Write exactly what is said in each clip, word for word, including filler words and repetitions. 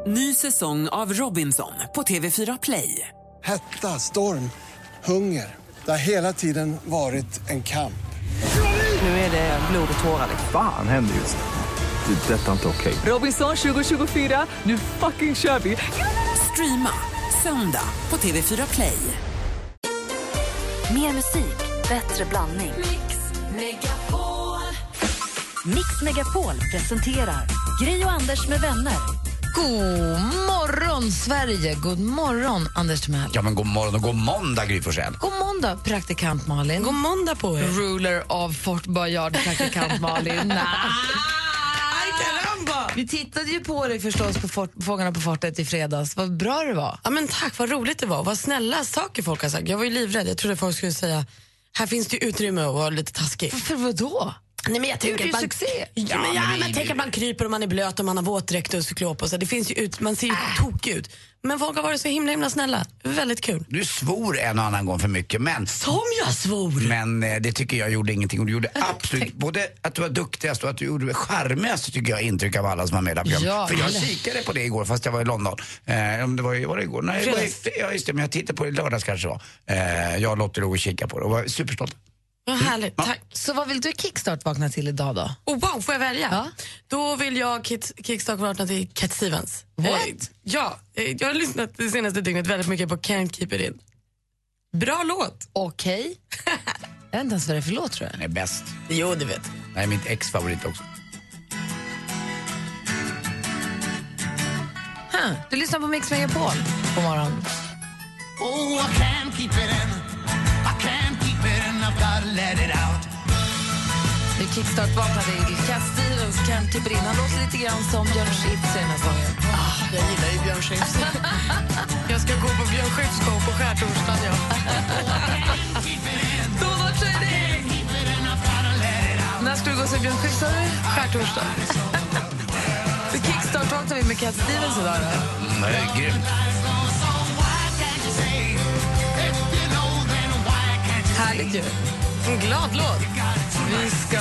Ny säsong av Robinson på T V fyra Play. Hetta, storm, hunger. Det har hela tiden varit en kamp. Nu är det blod och tårar. Fan händer just det. Det är detta inte okej. Robinson tjugo tjugofyra, nu fucking kör vi. Streama söndag på T V fyra Play. Mer musik, bättre blandning. Mix Megapol. Mix Megapol presenterar Gry och Anders med vänner. God morgon, Sverige. God morgon, Anders Timell. Ja, men god morgon och god måndag, Gry Forssell. God måndag, praktikant Malin. God måndag på er. Ruler av Fort Boyard, praktikant Malin. Nej, caramba! Vi tittade ju på dig förstås på fort, Fångarna på fortet i fredags. Vad bra det var. Ja, men tack, vad roligt det var. Vad snälla saker folk har sagt. Jag var ju livrädd. Jag trodde folk skulle säga, här finns det utrymme att vara lite taskig. För vad då? Nej, men jag Det är tänker ju att man, succé. Ja, Ja, men, ja, men men vi- tänk att man kryper och man är blöt och man har våtdräkt och cyklop och så. Det finns ju ut, man ser ju äh. tokig ut. Men folk har varit så himla himla snälla. Väldigt kul. Du svor en och annan gång för mycket, men... Som jag svor! Men eh, det tycker jag gjorde ingenting. Och du gjorde absolut, både att du var duktigast och att du gjorde charmigast, tycker jag, intryck av alla som var med där. Ja, för jag eller? kikade på det igår, fast jag var i London. Eh, om det var, var det igår? Nej, det var, ja, just det, men jag tittade på det i lördags kanske var. Eh, jag och Lotte låg och kikade på det och var superstolt. Vad härligt, tack. Så vad vill du kickstart vakna till idag då? Oh, wow, får jag välja? Ja. Då vill jag kick, kickstart vakna till Cat Stevens. What? Eh, ja, eh, jag har lyssnat det senaste dygnet väldigt mycket på Can't Keep It In. Bra låt. Okej. Jag vet inte ens vad det är för låt, tror jag. Den är bäst. Jo, det vet jag. Det är mitt ex-favorit också. Huh. Du lyssnar på Mix Megapol på morgon. Oh, I can't keep it in. I can't keep it in. I've got to let it out. Du kickstart vaknade till Cat Stevens, Can't Keep It In. Han låter lite grann som Björn Skifs i den här sången. Ah, jag gillar ju Björn Skifs. Jag ska gå på Björn Skifs show på skärtorsdagen, ja. Då var det. När ska du gå och se Björn Skifs? Skärtorsdag. Så kickstart vaknar vi med Cat Stevens idag då. Mm, det är grymt. Härligt ju. En glad låt. Vi ska...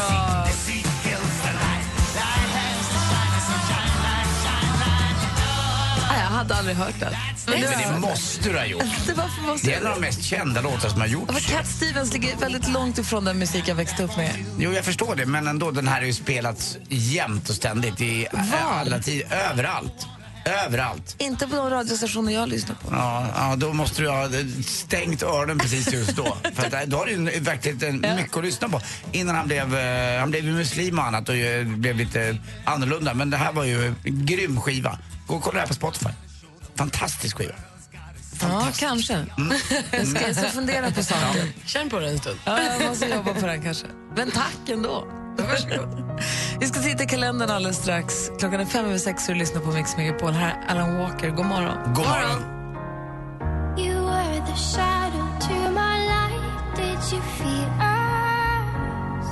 Ah, jag hade aldrig hört den. Men det måste du ha gjort. Det, varför måste Det är en av de mest kända låtar som har gjorts. Ja, Cat Stevens ligger väldigt långt ifrån den musik jag växte upp med. Jo, jag förstår det, men ändå, den här har ju spelats jämt och ständigt i alla tider, överallt. Överallt. Inte på de radiostationer jag lyssnar på. Ja, ja, då måste du ha stängt öronen precis just då. För att, då har du ju verkligen mycket att lyssna på. Innan han blev, eh, han blev ju muslim och annat och ju, blev lite annorlunda. Men det här var ju en grym skiva. Gå och kolla här på Spotify. Fantastisk skiva. Ja, kanske. Mm. Jag ska jag ska fundera på saken. Känn på den en stund. Ja, jag måste jobba på den kanske. Men tack ändå. Varsågod. Vi ska sitta i kalendern alldeles strax. Klockan är fem över sex och du lyssnar på Mix Megapol. Här är Alan Walker. God morgon. God morgon. You were the shadow to my light. Did you feel us?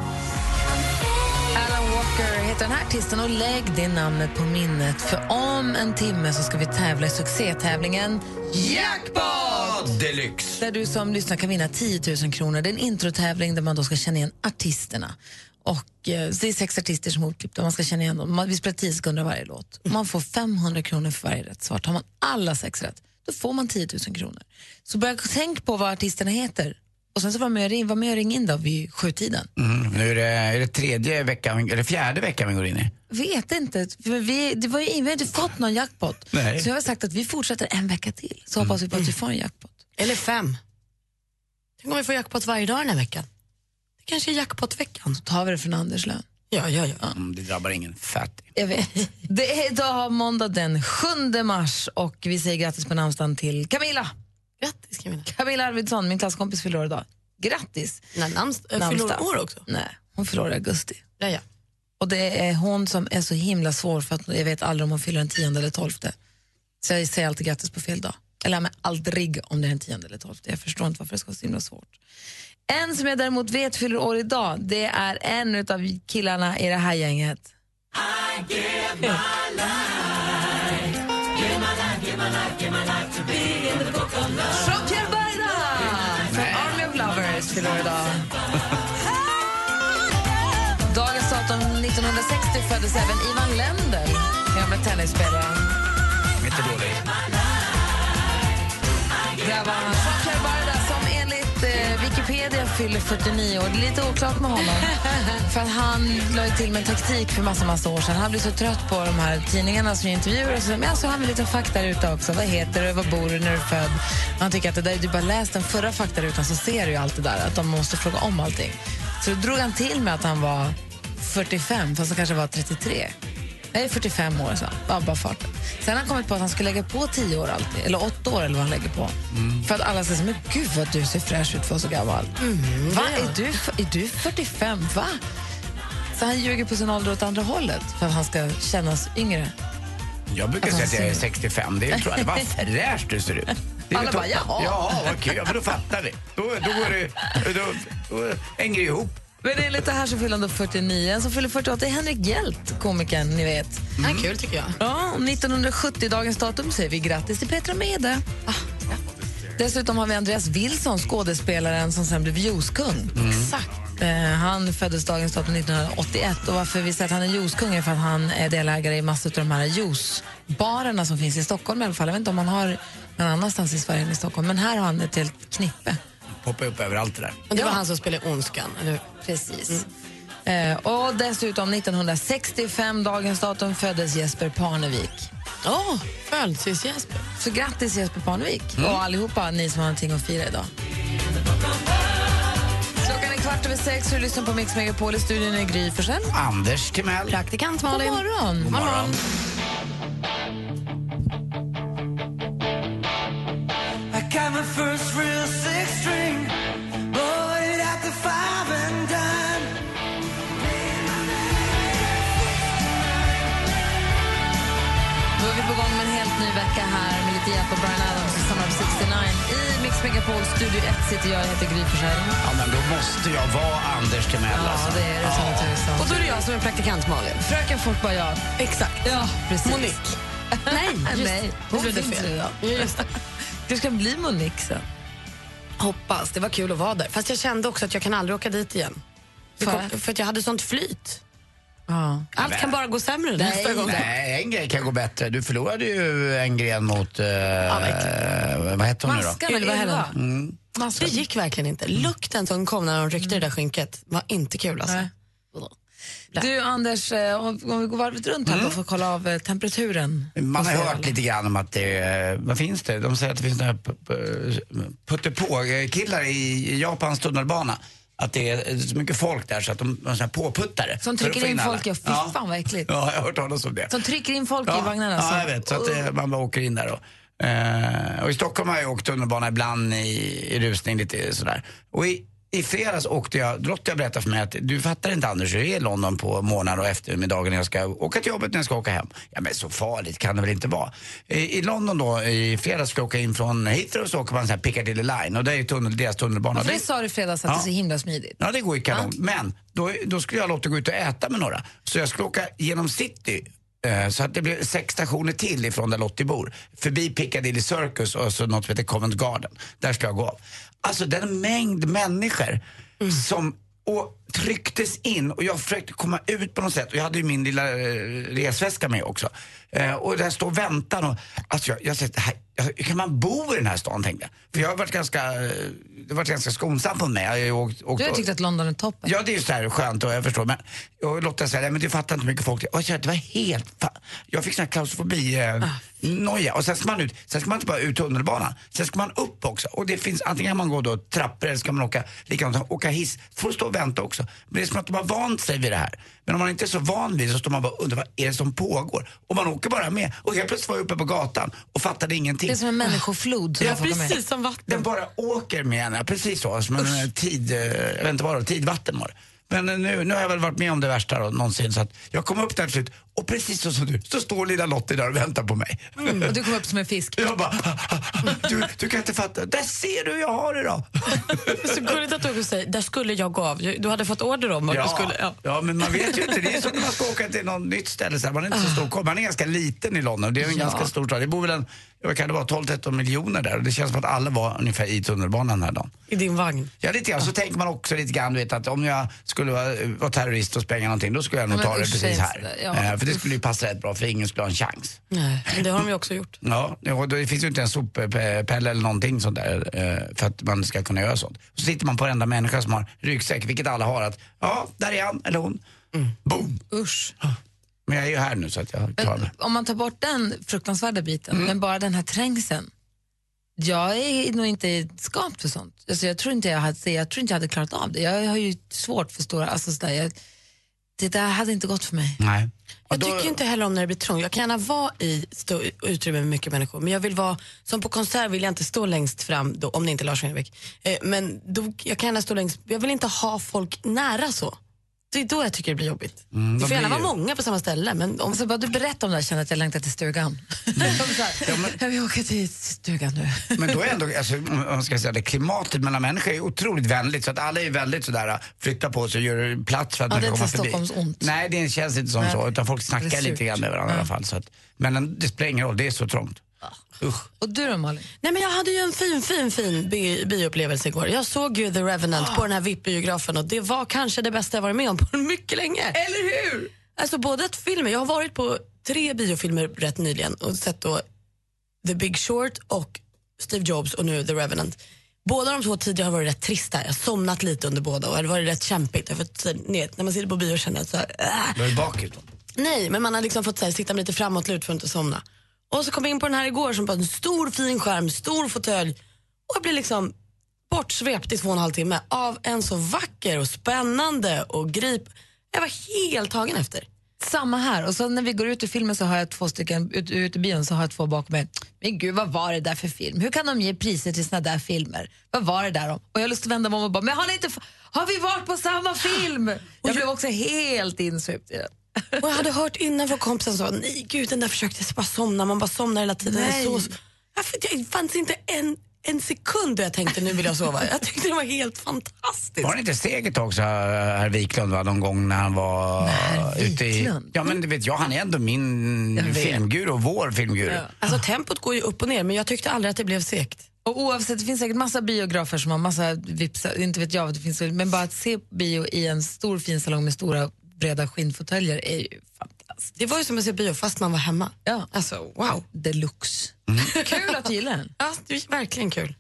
Alan Walker heter den här artisten och lägg det namnet på minnet. För om en timme så ska vi tävla i succétävlingen Jackpot Deluxe. där du som lyssnar kan vinna tio tusen kronor. Det är en introtävling där man då ska känna igen artisterna. Och eh, det är sex artister som är uppklippta. Man ska känna igen dem. Man, vi spelar tio sekunder varje låt. Man får femhundra kronor för varje rätt svar. Tar man alla sex rätt, då får man tio tusen kronor. Så börja tänk på vad artisterna heter. Och sen så var med och ring, var med och ring in då vid sjutiden. Mm, nu är det, är det tredje veckan, eller fjärde veckan vi går in i. Vet inte, för vi, det var ju, vi har inte fått någon jackpot. Nej. Så jag har sagt att vi fortsätter en vecka till. Så hoppas vi på att vi får en jackpot. Eller fem. Tänk om vi får jackpot varje dag den här veckan. Det kanske är jackpotveckan. Så tar vi det från Anders lön. Ja, ja, ja. Mm, det drabbar ingen fattig. Jag vet. Det är idag måndag den sjunde mars och vi säger grattis på namnsdagen till Camilla. Grattis, Camilla. Camilla Arvidsson, min klasskompis, fyller år idag. Grattis. Nej, namns- äh, fyller år också. Nej, hon fyller år i augusti. Ja, ja. Och det är hon som är så himla svår för att jag vet aldrig om hon fyller den tionde eller tolfte. Så jag säger alltid grattis på fel dag. Eller men aldrig om det är den tionde eller tolfte. Jag förstår inte varför det ska vara så himla svårt. En som jag däremot vet fyller år idag, det är en av killarna i det här gänget. I give my life. Give my life, give my life, give my life to be in the book of love. Jean-Pierre Barda från Army of Lovers fyller år idag. Dagens datum nittonhundrasextio föddes även Ivan Lendl, gamla tennisspelaren. jättedåligt. Det var Jean-Pierre Barda som enligt eh, Wikipedia fyller fyrtionio år. Det är lite oklart med honom. För att han la ju till med en taktik för massa, massa år sedan. Han blev så trött på de här tidningarna som intervjuar och så, men så har han lite fakta där ute också. Vad heter du? Var bor du när du är född? Han tycker att det där, du bara läst den förra fakta där utan så ser du ju allt det där. Att de måste fråga om allting. Så då drog han till med att han var fyrtiofem, fast han kanske var trettiotre. Jag är fyrtiofem år, så ja, bara farten. Sen har han kommit på att han ska lägga på tio år alltid, eller åtta år eller vad han lägger på. Mm. För att alla säger så, men gud vad du ser fräsch ut för så gammal. Mm, va? Ja. Är, du, är du fyrtiofem? Va? Så han ljuger på sin ålder åt andra hållet för att han ska kännas yngre. Jag brukar säga att jag är sextiofem. Det tror jag, det var fräscht du ser ut. Alla bara, jaha. Ja, vad kul. Ja, men då fattar vi. Då, då går det, då, då hänger det ihop. Men det är lite här som fyller ändå fyrtionio. En som fyller fyrtioåtta är Henrik Hjelt, komikern, ni vet. Mm. Han är kul tycker jag. Ja, nittonhundrasjuttio, dagens datum, säger vi grattis till Petra Mede. Ah, ja. Dessutom har vi Andreas Wilson, skådespelaren som sen blev juicekung. Mm. Exakt. Eh, han föddes dagens datum nittonhundraåttioett och varför vi säger att han är juicekung är för att han är delägare i massor av de här juicebarerna som finns i Stockholm i alla fall. Jag vet inte om man har någon annanstans i Sverige än i Stockholm, men här har han ett helt knippe. Poppar upp överallt det där. Och det var ja. han som spelade Ondskan, eller? Precis. Mm. Eh, och dessutom nittonhundrasextiofem, dagens datum, föddes Jesper Parnevik. Åh, oh, födelses Jesper. Så grattis Jesper Parnevik. Mm. Och allihopa ni som har någonting att fira idag. Klockan är kvart över sex och du lyssnar på Mix Megapol. I studion är Gry Forssell. Anders Timell. Praktikant Malin. God morgon. God morgon. I got my first real six string, bought it at the five and dime. Då är vi på gång med en helt ny vecka här med lite hjälp av Brian Adams och Summer of sextionio. I Mix Megapol Studio ett sitter jag, jag heter Gry Forssell. Ja, men då måste jag vara Anders Timell. Ja, alltså. det är det som ja. tusan. Och då är det jag som är praktikant Malin. Fröken Fort bara jag. Exakt. Ja, precis. Monique. Nej, just, Nej, hon hon blev finns fel. redan. Just det. Du ska bli Monique sen. Hoppas, det var kul att vara där. Fast jag kände också att jag kan aldrig åka dit igen. För, kom, för att jag hade sånt flyt. Ja. Allt Nej. kan bara gå sämre Nej, nästa gång. Nej, en grej kan gå bättre. Du förlorade ju en gren mot... Uh, ja, vad heter hon nu då? Maskan eller vad heter mm. Det gick verkligen inte. Lukten som kom när de ryckte mm. det där skynket var inte kul alltså. Nej. Du Anders, om vi går varvet runt här mm. för att kolla av temperaturen. Man har hört lite grann om att det, vad finns det? De säger att det finns några puttepå-killar i Japans tunnelbana. Att det är så mycket folk där så att de är påputtare. Som trycker in folk, ja, fy ja. fan vad äckligt. Ja, jag har hört talas om det. Som trycker in folk ja. i vagnarna. Ja, så. jag vet. Så att det, man bara åker in där då. Uh, och i Stockholm har jag åkt tunnelbana ibland i, i rusning lite sådär. Och i, i fredags åkte jag, Lotta berättade för mig att du fattar inte Anders, jag är i London på morgonen och eftermiddagen när jag ska åka till jobbet när jag ska åka hem. Ja men så farligt kan det väl inte vara. I, i London då, i fredags ska jag åka in från Heathrow så åker man så här Piccadilly Line och det är tunnel, deras tunnelbana. Och för det sa du i fredags att ja. det är så himla smidigt. Ja det går ju kanon, ja. Men då, då skulle jag låta gå ut och äta med några. Så jag skulle åka genom city. Så att det blir sex stationer till ifrån där Lottie bor. Förbi Piccadilly Circus och så något som heter Covent Garden. Där ska jag gå av. Alltså den mängd människor mm. som och trycktes in och jag försökte komma ut på något sätt och jag hade ju min lilla eh, resväska med också. Eh, och där står väntan och alltså jag, jag säger, här, kan man bo i den här stan tänkte jag. För jag har varit ganska det har varit ganska skonsamt på mig. Jag har åkt, åkt, du har tyckt att London är toppen. Ja det är ju så här skönt och jag förstår men och Lotta säger men du fattar inte hur mycket folk det och jag, det var helt fa- jag fick sån här klaustrofobi eh, ah. noja och sen ska man ut sen ska man inte bara ut tunnelbanan sen ska man upp också och det finns antingen man går då trappor eller ska man åka likadant åka hiss får stå och vänta också men det är som att de har vant sig vid det här men om man inte är så van vid så står man bara undrar vad är det som pågår och man åker bara med och helt plötsligt var jag uppe på gatan och fattade ingenting. Det är som en människoflod som ja, precis med. Som vatten. Den bara åker med henne, precis så som en tid, jag vet inte vad det var, tidvatten var det. Men nu, nu har jag väl varit med om det värsta då, någonsin så att jag kom upp där till slut och precis så som du, så står lilla Lottie där och väntar på mig. Mm, och du kom upp som en fisk. Jag bara, du, du kan inte fatta, där ser du jag har det då. Så gulligt att du säger, där skulle jag gå av. Du hade fått order om att ja, du skulle... Ja. ja, men man vet ju inte, det är som när man ska åka till något nytt ställe så här. Man är inte så stor, man är ganska liten i London, det är en ja. ganska stor stad. Det bor väl en, jag kan det vara tolv tretton miljoner där. Och det känns som att alla var ungefär i tunnelbanan den här dagen. I din vagn? Ja, lite grann. Så tänker man också lite grann, vet, att om jag skulle vara, vara terrorist och spränga någonting, då skulle jag nog Ja, ta men det usch, precis här. det, ja. Eh, för det skulle ju passa rätt bra, för ingen skulle ha en chans. Nej, men det har de ju också gjort. Ja, och det finns ju inte en soppelle eller någonting sånt där eh, för att man ska kunna göra sånt. Så sitter man på en enda människa som har ryggsäck, vilket alla har, att ja, där är han eller hon. Mm. Boom! Usch. Men jag är ju här nu så att jag klarar det. Om man tar bort den fruktansvärda biten, Mm. men bara den här trängseln. Jag är nog inte skapt för sånt. Alltså jag, tror inte jag, hade, jag tror inte jag hade klarat av det. Jag har ju svårt för stora... Alltså sådär, jag, det där hade inte gått för mig. Nej. Jag tycker inte heller om när det blir trångt. Jag kan gärna vara i stå, utrymme med mycket människor. Men jag vill vara, som på konsert vill jag inte stå längst fram, då, om det inte är Lars Winnerbäck. Eh, men då, jag kan gärna stå längst, jag vill inte ha folk nära så. Det är då jag tycker det blir jobbigt. Mm, det får gärna vara många på samma ställe. Men om... alltså, bara du berättar om det här, känner att jag längtar till stugan. Mm. ja, men... Jag vill åka till stugan nu. Men då är ändå, alltså, om man ska säga det, klimatet mellan människor är otroligt vänligt. Så att alla är väldigt sådär, flyttar på sig och gör plats för att ja, man ska komma förbi. Stockholms ont. Nej, det känns inte som Nej. så. Utan folk snackar lite grann med varandra ja. i alla fall. Så att, men det spelar ingen roll, det är så trångt. Usch. Och du då, Malin? Nej, men jag hade ju en fin, fin, fin bi- bioupplevelse igår. Jag såg ju The Revenant oh. på den här V I P-biografen och det var kanske det bästa jag varit med om på mycket länge. Eller hur? Alltså både ett filmer, jag har varit på tre biofilmer rätt nyligen och sett då The Big Short och Steve Jobs och nu The Revenant. Båda de två tidigare har varit rätt trista. Jag har somnat lite under båda och det har varit rätt kämpigt. Jag har fått, ner, när man sitter på bio och känner att så här, äh. Du är bakut då? Nej, men man har liksom fått så här, sitta lite framåt lut för att inte somna. Och så kom jag in på den här igår som på en stor fin skärm, stor fåtölj. Och jag blev liksom bortsvept i två och en halv timme av en så vacker och spännande och grip. Jag var helt tagen efter. Samma här. Och så när vi går ut i filmen så har jag två stycken, ut, ut i bion så har jag två bakom mig. Men gud, vad var det där för film? Hur kan de ge priser till såna där filmer? Vad var det där om? Och jag har lust att vända mig om och bara, men har ni inte, har vi varit på samma film? Jag blev också helt insvept i den. Och jag hade hört innan från kompisen sa, nej gud, den där försökte jag bara somna, man bara somnar hela tiden. Nej. Så, jag fanns inte en, en sekund då jag tänkte nu vill jag sova. Jag tyckte det var helt fantastiskt. Var det inte steget också, herr Wiklund, va, någon gång när han var Nej, ute i... Ja, men det vet jag, han är ändå min filmguru och vår filmguru. Ja. Alltså tempot går ju upp och ner, men jag tyckte aldrig att det blev segt. Och oavsett, det finns säkert massa biografer som har massa vipsar, inte vet jag vad det finns, men bara att se bio i en stor fin salong med stora breda skinnfåtöljer är ju fantastiskt. Det var ju som att se bio fast man var hemma. Ja. Alltså, wow. Deluxe. Mm. Kul att du gillar den. Ja, det är verkligen kul.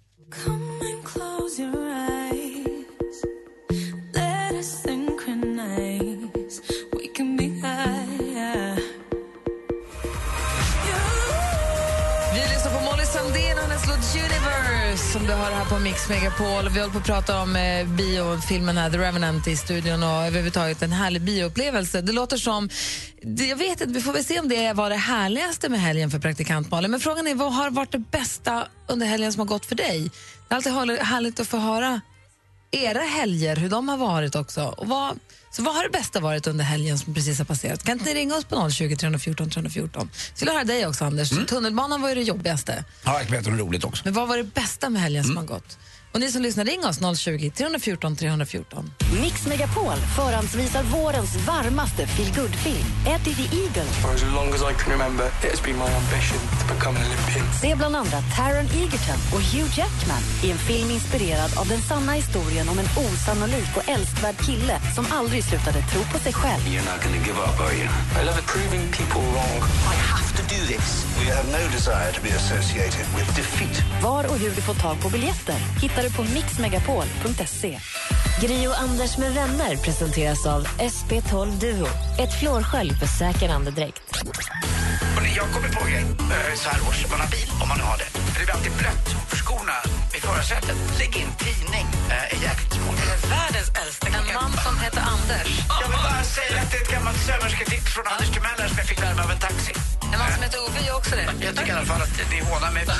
Som du har här på Mix Megapol. Vi håller på att prata om eh, biofilmen här, The Revenant i studion och överhuvudtaget en härlig bioupplevelse. Det låter som, det, jag vet inte, vi får väl se om det var det härligaste med helgen för praktikant Malin. Men frågan är, vad har varit det bästa under helgen som har gått för dig? Det är alltid härligt att få höra era helger, hur de har varit också. Och vad, så vad har det bästa varit under helgen som precis har passerat? Kan inte ni ringa oss på noll tjugo, tre fjorton, tre fjorton? Så vill jag höra dig också, Anders. Mm. Tunnelbanan var ju det jobbigaste. Ja, jag vet det är roligt också. Men vad var det bästa med helgen mm. som har gått? Och ni som lyssnar, ring oss noll tjugo, tre fjorton, tre fjorton. Mix Megapol förhandsvisar vårens varmaste feel-good-film, Eddie the Eagle. For as long as I can remember, it has been my ambition to become an Olympian. Se bland andra Taron Egerton och Hugh Jackman i en film inspirerad av den sanna historien om en osannolik och älskvärd kille som aldrig slutade tro på sig själv. You're not gonna give up, are you? I love it proving people wrong. I have to do this. We have no desire to be associated with defeat. Var och hur du får tag på biljetter hittar du på mix megapol punkt se. Gri och Anders med vänner presenteras av S P tolv Duo. Ett flårskölj för säker andedräkt. Jag kommer på en grej så här års, man har bil om man nu har det. För det blir alltid blött för skorna i förarsätet. Lägg in tidning, är jäkligt svårt. Det är världens äldsta. En man som heter Anders. Jag vill bara säga att det är ett gammalt sömmersketips från Anders Timeller som jag fick lära mig av en taxi. En man som heter Ove är också det. Jag tycker i alla fall att det hånar mig.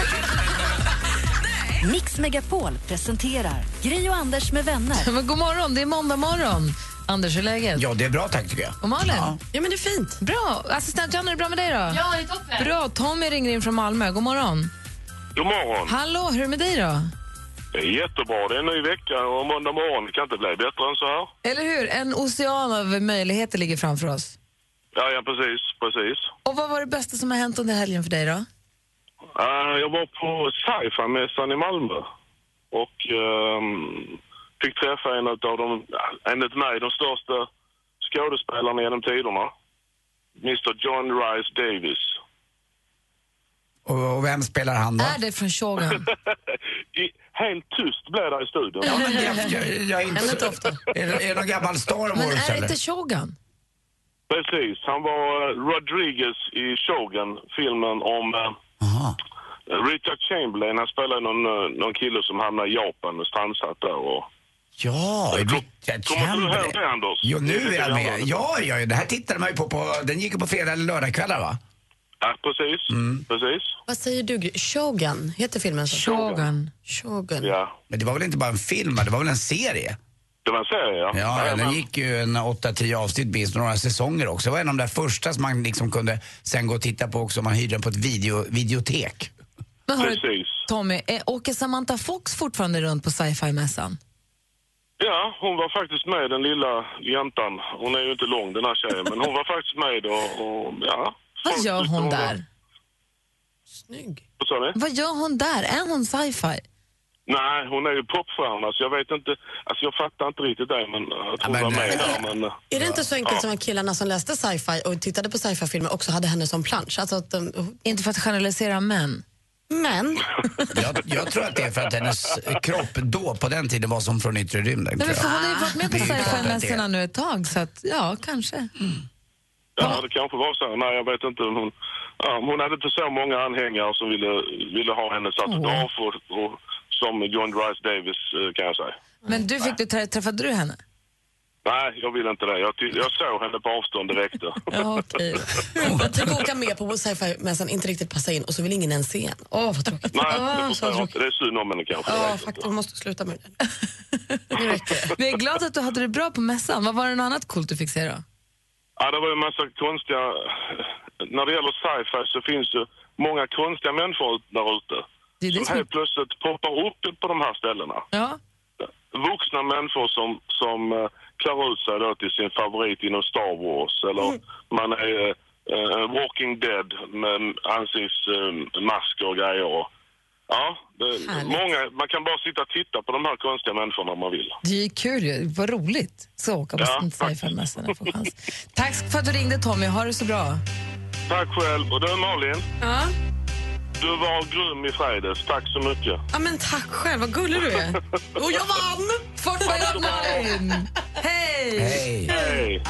Mix Megapol presenterar Gri och Anders med vänner. Men god morgon, det är måndag morgon. Anders, hur är läget? Ja, det är bra, tack tycker jag. Och Malin? Ja, ja men det är fint. Bra. Assistent Janne, är det bra med dig då? Ja, det är toppen. Bra. Tommy ringer in från Malmö. God morgon. God morgon. Hallå, hur är det med dig då? Det är jättebra. Det är en ny vecka och måndag morgon. Det kan inte bli bättre än så här. Eller hur? En ocean av möjligheter ligger framför oss. Ja, ja, precis. precis. Och vad var det bästa som har hänt under helgen för dig då? Uh, jag var på sci-fi-mässan i Malmö och um, fick träffa en av de, enligt mig, de största skådespelarna genom tiderna. mister John Rhys Davies. Och, och vem spelar han då? Är det från Shogun? I, helt tyst blev det i studion. Ja, men jag, jag, jag är inte, inte ofta. Är, är det någon gammal Star Wars? Men är det eller? inte Shogun? Precis, han var uh, Rodriguez i Shogun, filmen om uh, Richard Chamberlain. Han spelade någon, uh, någon kille som hamnade i Japan och strandsatt där. Och... Ja, Richard Kommer du ihåg Chamberlain. det, Anders? Jo, nu är jag med. Ja, ja, det här tittade man ju på, på den gick på fredag eller lördagskvällar, va? Ja, precis. Mm. precis. Vad säger du? Gry? Shogun heter filmen så? Shogun. Shogun. Ja. Men det var väl inte bara en film, va? Det var väl en serie? Det var en serie, ja. Ja, ja den men... gick ju en åtta tio avsnitt, minst några säsonger också. Det var en av de där första som man liksom kunde sen gå och titta på också om man hyrde den på ett video, videotek. Men hörru, Precis. Tommy, är, åker Samantha Fox fortfarande runt på sci-fi-mässan? Ja, hon var faktiskt med, den lilla jäntan. Hon är ju inte lång, den här tjejen, men hon var faktiskt med och, och ja. Vad gör hon var... där? Snygg. Vad sa ni? Vad gör hon där? Är hon sci-fi? Nej, hon är ju popstjärna, så jag vet inte, alltså jag fattar inte riktigt det, men att hon men, var med äh, där, men... Är det inte så enkelt ja. som att killarna som läste sci-fi och tittade på sci-fi-filmer också hade henne som plansch? Alltså att de... Inte för att generalisera män. Men... Jag, jag tror att det är för att hennes kropp då, på den tiden, var som från yttre rymden. Nej, men för hon har ju varit med på Det är klart att det är. sci-fi-mässorna nu ett tag, så att, ja, kanske. Mm. Ja, det kanske var så. Nej, jag vet inte. Hon, ja, hon hade inte så många anhängare som ville, ville ha hennes autograf och, och, som John Rhys Davies, kan jag säga. Men du fick du trä- träffade du henne? Nej, jag vill inte det. Jag, ty- jag såg henne på avstånd direkt. Ja, okej. Jag tänker åka med på sci-fi-mässan, inte riktigt passa in och så vill ingen ens se en. Åh, vad tråkigt. Nej, det, Åh, så förstår jag tråkigt. inte. Det är synd om henne kanske. Ja, Jag vet faktiskt. inte. Vi måste sluta med det. Nu räcker det. Vi är glada att du hade det bra på mässan. Vad var det något annat coolt du fick se då? Ja, det var ju en massa konstiga... När det gäller sci-fi så finns det många konstiga människor där ute. Det är det som som... helt plötsligt poppar upp på de här ställena. Ja. Vuxna människor som, som uh, klär ut sig då till sin favorit inom Star Wars. Eller mm. man är uh, Walking Dead med ansiktsmasker uh, och grejer. Och, ja, det, många, man kan bara sitta och titta på de här konstiga människorna om man vill. Det är kul ju. Vad roligt. Så åka på Ja, sci-fi-mässorna får chans. Tack för att du ringde, Tommy. Ha det så bra. Tack själv. Och du, Malin, Ja. du var grym i fredags. Tack så mycket. Ja, men tack själv. Vad gullig du är. Och jag vann! Fort vad Malin! Hej! Hej! Hej!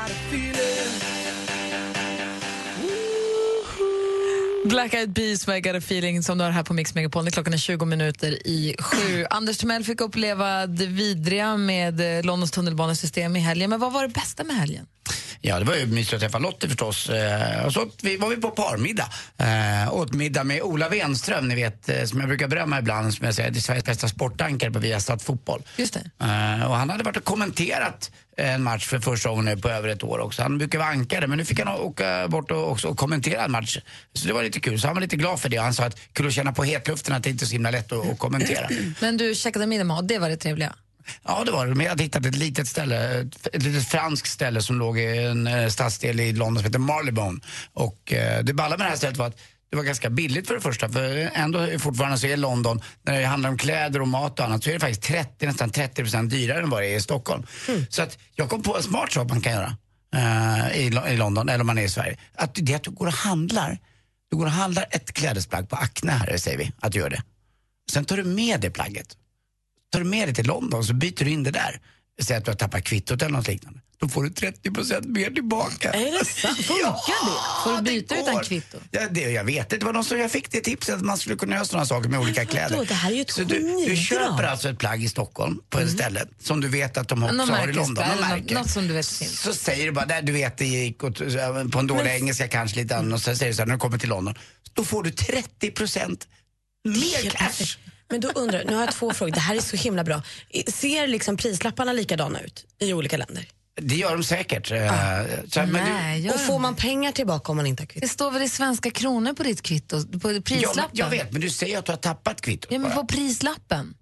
Black Eyed Peas med I Got a Feeling som du har här på Mix Megapol. Klockan är tjugo minuter i sju. Anders Timell fick uppleva det vidriga med Londons tunnelbanesystem i helgen. Men vad var det bästa med helgen? Ja, det var ju mysigt att träffa Lotte förstås. Eh, och så vi, var vi på parmiddag. Eh, åt middag med Ola Wenström, ni vet, eh, som jag brukar berömma ibland, som jag säger, det är Sveriges bästa sportankare på Viasat Fotboll. Just det. Eh, och han hade varit och kommenterat en match för första gången på över ett år också. Han brukar vara ankare, men nu fick han åka bort och, också, och kommentera en match. Så det var lite kul, så han var lite glad för det. Han sa att kul att känna på hetluften, att det inte är så himla lätt att, att kommentera. Men du käkade middag med, det var det trevliga. Ja, det var det. Men jag hade hittat ett litet ställe, ett, ett litet franskt ställe som låg i en eh, stadsdel i London som heter Marylebone. Och eh, det balla med det här stället var att det var ganska billigt för det första. För ändå fortfarande så är London, när det handlar om kläder och mat och annat, så är det faktiskt trettio, nästan trettio procent dyrare än vad det är i Stockholm. Mm. Så att jag kom på en smart sak man kan göra eh, i, i London, eller om man är i Sverige. Att det är att du går och handlar. Du går och handlar ett klädesplagg på Acne här, säger vi, att du gör det. Sen tar du med det plagget. Tar du med dig till London så byter du in det där. Säg att du har tappat kvittot eller något liknande. Då får du trettio procent mer tillbaka. Är det sant? Funkar ja, det? Får du byta utan kvitto? Ja, det, jag vet inte. Det var någon som jag fick det tipset att man skulle kunna göra sådana saker med olika kläder. Då, det här är ju ett så du, du köper alltså ett plagg i Stockholm på en mm. ställe som du vet att de också någon har i London. Någon märker. Något som du vet finns. Så säger du bara, där du vet det gick och, på en dålig men... engelska kanske lite annan. Och så säger du så här, när du kommer till London. Då får du trettio procent mer cash. Men då undrar, nu har jag två frågor. Det här är så himla bra. Ser liksom prislapparna likadana ut i olika länder? Det gör de säkert. Ah. Så, Nej, men du... Och får man pengar tillbaka om man inte har kvitto? Det står väl i svenska kronor på ditt kvitto, på prislappen? Ja, jag vet, men du säger att du har tappat kvittot. Ja, men bara. på prislappen.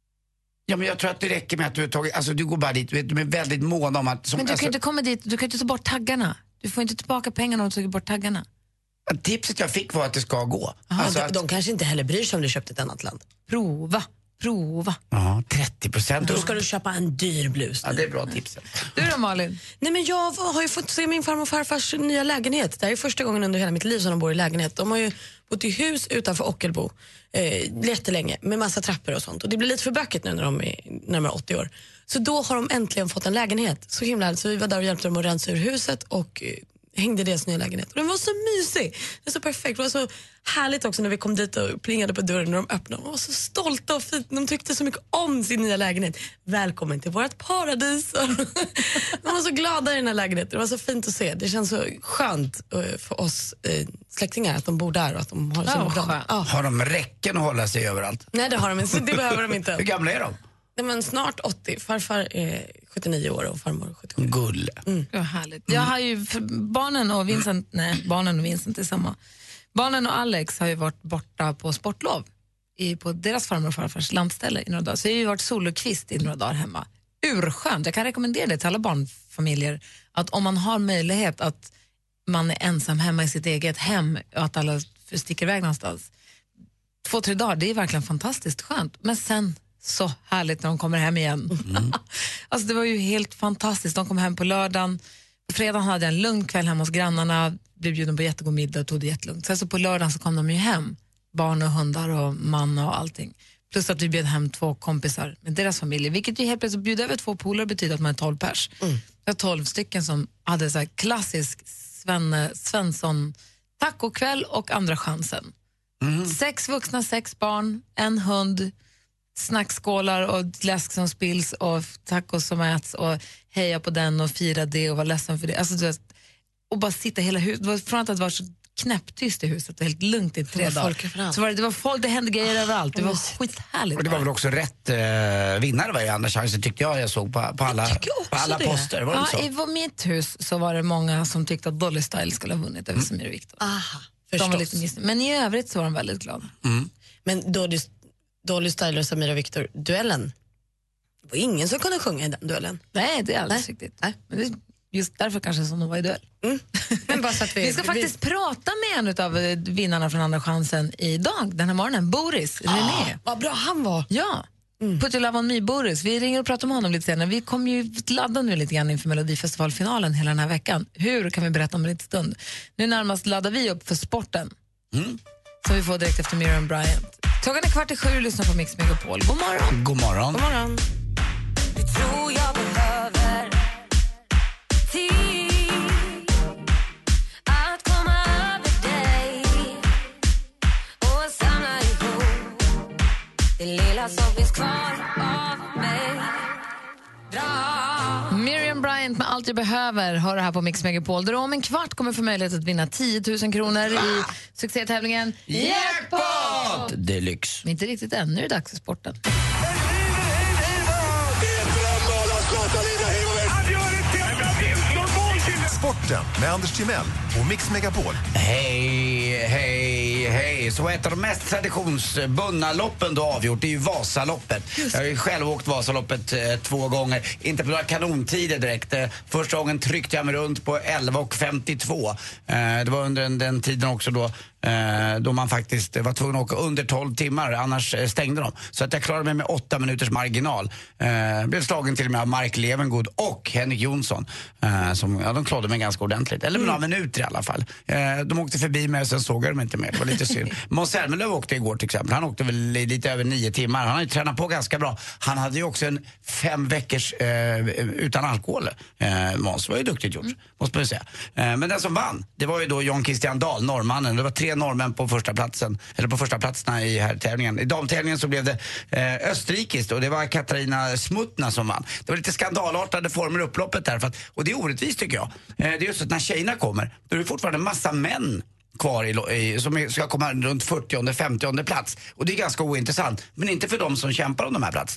Ja, men jag tror att det räcker med att du har tagit, alltså du går bara dit, du är väldigt mån om att... Som, men du alltså... kan inte komma dit, du kan inte ta bort taggarna. Du får inte tillbaka pengarna om du tar bort taggarna. Tipset jag fick var att det ska gå. Aha, alltså de, att, de kanske inte heller bryr sig om du köpt ett annat land. Prova, prova. ja, trettio procent. Då ska du köpa en dyr blus. Ja, det är bra tips. Du då, Malin? Nej, men jag har ju fått se min farmor och farfars nya lägenhet. Det här är första gången under hela mitt liv som de bor i lägenhet. De har ju bott i hus utanför Ockelbo eh, jättelänge med massa trappor och sånt. Och det blir lite för bökigt nu när de är närmare åttio år. Så då har de äntligen fått en lägenhet. Så himla, så vi var där och hjälpte dem att rensa ur huset och eh, hängde deras nya lägenhet. Och den var så mysig. Det var så perfekt. Det var så härligt också när vi kom dit och plingade på dörren när de öppnade. De var så stolta och fint. De tyckte så mycket om sin nya lägenhet. Välkommen till vårt paradis. De var så glada i den här lägenheten. Det var så fint att se. Det känns så skönt för oss släktingar att de bor där och att de har det så Ja, bra. Ja. Har de räcken att hålla sig överallt? Nej, det har de inte. Det behöver de inte. Hur gamla är de? Nej, men snart åttio. Farfar är sjuttionio år och farmor sjuttiosju. Gull. Mm. Det var härligt. Jag har ju, för barnen och Vincent, nej, barnen och Vincent är samma. Barnen och Alex har ju varit borta på sportlov i, på deras farmor och farfars landställe i några dagar. Så jag har ju varit solokvist i några dagar hemma. Urskönt. Jag kan rekommendera det till alla barnfamiljer att om man har möjlighet att man är ensam hemma i sitt eget hem och att alla sticker iväg någonstans. Två, tre dagar, det är verkligen fantastiskt skönt. Men sen så härligt när de kommer hem igen. Mm. Alltså det var ju helt fantastiskt. De kom hem på lördagen. På fredagen hade jag en lugn kväll hemma hos grannarna. Blev bjuden på jättegod middag och tog det jättelugnt. Sen så på lördagen så kom de ju hem. Barn och hundar och man och allting. Plus att vi bjöd hem två kompisar med deras familjer. Vilket ju helt plötsligt att bjuda över två polare betyder att man är tolv pers. Mm. Det var tolv stycken som hade så här klassisk Sven, Svensson tacokväll och andra chansen. Mm. Sex vuxna, sex barn, en hund, snackskålar och läsk som spills och tacos som äts och heja på den och fira det och vara ledsen för det. Alltså, du vet, och bara sitta hela huset. Från att det var så knäpptyst i huset och helt lugnt i tre dagar. Så var det, det var folk, det hände grejer överallt. Det var skithärligt. Och det var väl också rätt eh, vinnare var i andra chansen tyckte jag jag såg på, på alla, på alla poster. Var det ja, så? I mitt hus så var det många som tyckte att Dolly Style skulle ha vunnit över mm. Samir och Viktor. Aha, de var lite miss- Men i övrigt så var de väldigt glada. Mm. Men Dolly, Dolly Style och Samir och Viktor, duellen. Det var ingen som kunde sjunga i den duellen. Nej, det är alldeles riktigt. Nej. Men det är just därför kanske som de var i duell. Mm. Men bara så att vi, vi ska vi, faktiskt vi... prata med en av vinnarna från andra chansen idag, den här morgonen. Boris, ah, René. Vad bra han var. Ja, mm. Put your love on me, Boris. Vi ringer och pratar med honom lite senare. Vi kommer ju ladda nu lite grann inför Melodifestivalfinalen hela den här veckan. Hur kan vi berätta om en liten stund? Nu närmast laddar vi upp för sporten. Mm. Som vi får direkt efter Miriam Bryant. Klockan är kvart i sju och lyssnar på Mix Megapol. God morgon. God morgon. God morgon. Det tror jag behöver tid att komma över dig och samla ihop det lilla som finns kvar av mig. Dra. Miriam Bryant med Allt jag behöver har det här på Mix Megapol. Där om en kvart kommer få möjlighet att vinna tio tusen kronor i succétävlingen Jackpot Deluxe. Men inte riktigt än, nu är det dags för sporten. Sporten med Anders Timell och Mix Megapol. Hej, hej, hej. Så ett av de mest traditionsbundna loppen då avgjort, det är ju Vasaloppet. Jag har ju själv åkt Vasaloppet eh, två gånger. Inte på några kanontider direkt. Eh, första gången tryckte jag mig runt på elva och femtiotvå. Eh, det var under den, den tiden också då eh, då man faktiskt var tvungen att åka under tolv timmar, annars eh, stängde de. Så att jag klarade mig med åtta minuters marginal. Eh, blev slagen till och med av Mark Levengood och Henrik Jonsson. Eh, som, ja, de klarade mig ganska ordentligt. Eller med några minuter i alla fall. Eh, de åkte förbi mig och sen såg jag dem inte mer. Det var lite synd. Måns Zelmerlöw åkte igår till exempel. Han åkte väl lite över nio timmar. Han har ju tränat på ganska bra. Han hade ju också en fem veckors eh, utan alkohol. Eh, Måns var ju duktigt gjort, mm. måste man säga. Eh, men den som vann, det var ju då Jan Christian Dahl, norrmannen. Det var tre norrmän på första platsen, eller på första platserna i här tävlingen. I damtävlingen så blev det eh, österrikiskt och det var Katarina Smutna som vann. Det var lite skandalartade former i upploppet där, för att, och det är orättvist tycker jag. Eh, det är just att när tjejerna kommer, då är det fortfarande en massa män kvar i, i, som ska komma runt fyrtionde, femtionde plats. Och det är ganska ointressant. Men inte för de som kämpar om de här platserna.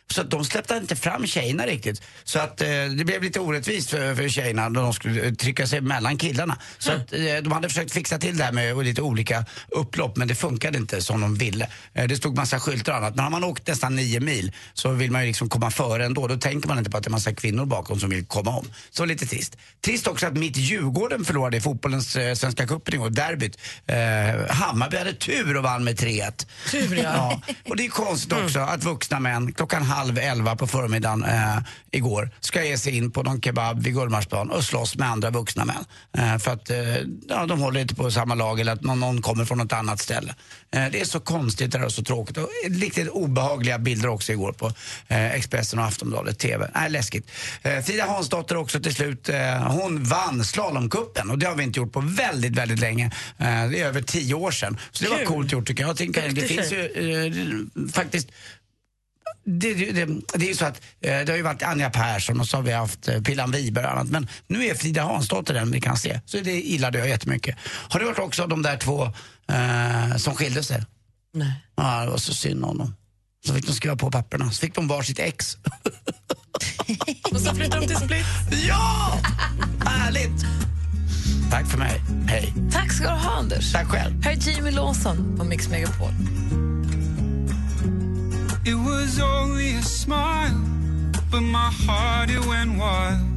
Så att de släppte inte fram tjejerna riktigt. Så att eh, det blev lite orättvist för, för tjejerna när de skulle trycka sig mellan killarna. Så att eh, de hade försökt fixa till det här med lite olika upplopp, men det funkade inte som de ville. Eh, det stod massa skyltar och annat. Men har man åkt nästan nio mil så vill man ju liksom komma före ändå. Då tänker man inte på att det är massa kvinnor bakom som vill komma om. Så lite trist. Trist också att mitt Djurgården förlorade i fotbollens eh, Svenska cupen i år, derbyt. Eh, Hammarby hade tur och vann med tre ett. Tur, ja. Ja. Och det är konstigt också att vuxna män klockan halv elva på förmiddagen eh, igår ska ge sig in på någon kebab vid Gullmarsplan och slåss med andra vuxna män. Eh, för att eh, ja, de håller inte på samma lag eller att någon, någon kommer från något annat ställe. Eh, det är så konstigt, det är så tråkigt. Och riktigt obehagliga bilder också igår på eh, Expressen och Aftonbladet T V. Nej, läskigt. Eh, Frida Hansdotter också till slut. Eh, hon vann slalomkuppen och det har vi inte gjort på väldigt, väldigt länge. Eh, det är över tio år sedan. Så det var coolt gjort tycker jag. Jag tänker, det finns ju eh, faktiskt Det, det, det är ju så att eh, det har ju varit Anja Persson och så har vi haft eh, Pillan Wiberg och annat. Men nu är Frida Hansdotter den vi kan se. Så det gillade jag jättemycket. Har det varit också de där två eh, som skilde sig? Nej. Ja, det var så synd om dem. Så fick de skriva på papperna. Så fick de var sitt ex. Och så flyttade de till Split. Ja! Härligt! Tack för mig. Hej. Tack ska du ha, Anders. Tack själv. Här är Jimmy Lawson på Mix Megapol. It was only a smile, but my heart it went wild.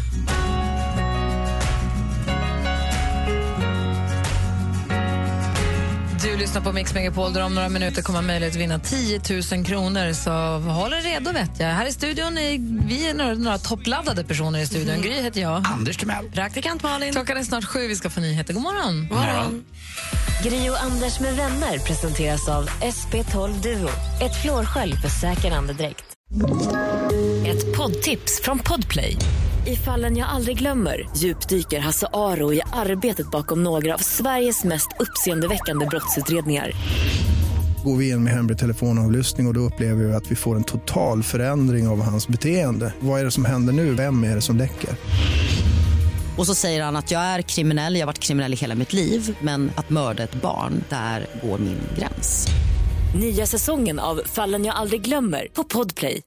Du lyssnar på Mix Megapol där om några minuter kommer möjlighet att vinna tio tusen kronor. Så håll er redo, vet jag. Här i studion är vi är några, några toppladdade personer i studion. Mm. Gry heter jag. Anders Timell. Praktikant Malin. Klockan är snart sju, vi ska få nyheter. God morgon. God morgon. Gry och Anders med vänner presenteras av S P tolv Duo. Ett flårskölj för säker andedräkt. Ett poddtips från Podplay. I Fallen jag aldrig glömmer djupdyker Hasse Aro i arbetet bakom några av Sveriges mest uppseendeväckande brottsutredningar. Går vi in med hemlig telefonavlyssning och, och då upplever vi att vi får en total förändring av hans beteende. Vad är det som händer nu? Vem är det som läcker? Och så säger han att jag är kriminell, jag har varit kriminell i hela mitt liv. Men att mörda ett barn, där går min gräns. Nya säsongen av Fallen jag aldrig glömmer på Podplay.